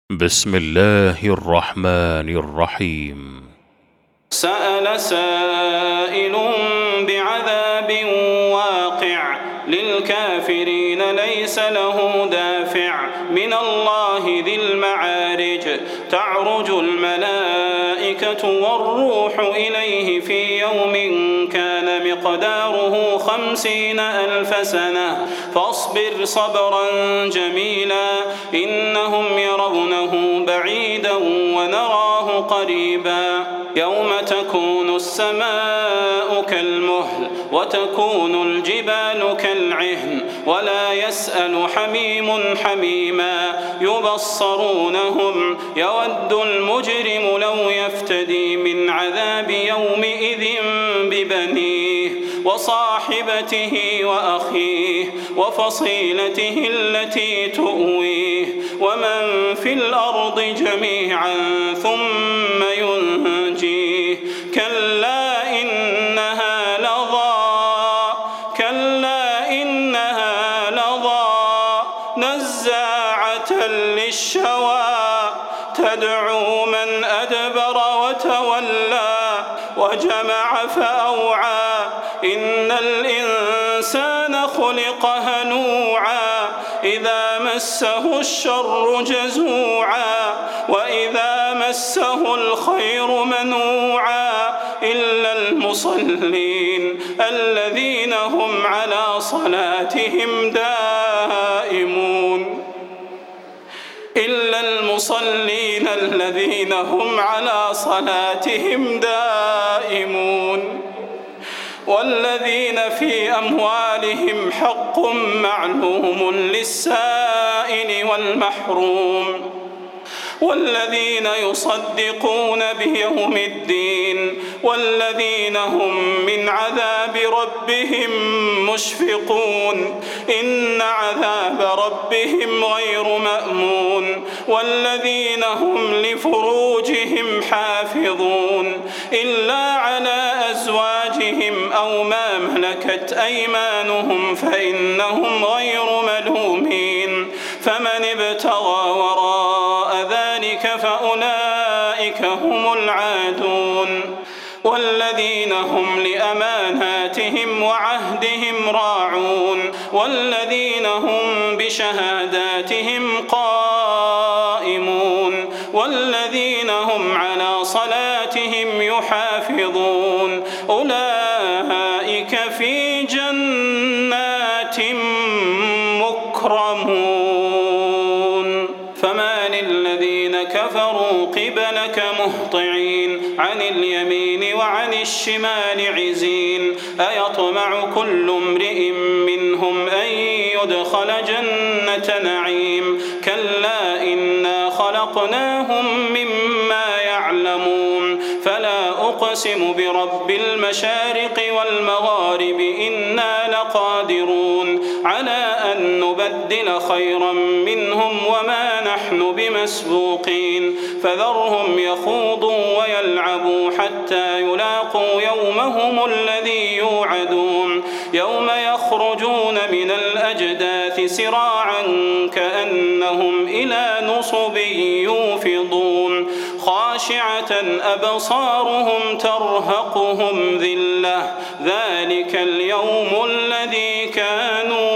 بسم الله الرحمن الرحيم. سأل سائل بعذاب واقع للكافرين ليس له دافع من الله ذي المعارج تعرج الملائكة والروح إليه في يوم كان مقداره 50,000 سنة فاصبر صبرا جميلا إنهم يرونه بعيدا ونراه قريبا يوم تكون السماء كالمهل وتكون الجبال كالعهن ولا يسأل حميم حميما يبصرونهم يود المجرم لو يفتدي من عذاب يومئذ ببنيه وصاحبته وأخيه وفصيلته التي تؤويه ومن في الأرض جميعا ثم ينجيه كلا إنها لظى نزاعة للشوى تدعو من أدبر وتولى وجمع فأوعى إن الإنسان خلق هلوعا إذا مسه الشر جزوعا وإذا مسه الخير منوعا إلا المصلين الذين هم على صلاتهم دائمون إلا المصلين الذين هم على صلاتهم دائمون والذين في أموالهم حق معلوم للسائل والمحروم والذين يصدقون بيوم الدين والذين هم من عذاب ربهم مشفقون إن عذاب ربهم غير مأمون والذين هم لفروجهم حافظون إلا على أزواجهم أو ما ملكت أيمانهم فإنهم غير ملومين فمن ابتغى وراء ذلك فأولئك هم العادون والذين هم لأماناتهم وعهدهم راعون والذين هم بشهاداتهم قائمون والذين هم على صلاتهم يحافظون أولئك في جنات مكرمون فما للذين كفروا قبلك مهطعين عن اليمين وعن الشمال عزين أيطمع كل امرئ منهم أن يدخل جنة نعيم كلا إنا خلقناهم مما يعلمون فلا أقسم برب المشارق والمغارب إنا لقادرون على أن نبدل خيرا منهم وما نحن بمسبوقين فذرهم يخوضوا ويلعبوا حتى يلاقوا يومهم الذي يوعدون يوم يخرجون من الأجداث سراعا كأنهم إلى نصب يوفضون خاشعة أبصارهم ترهقهم ذلة ذلك اليوم الذي كانوا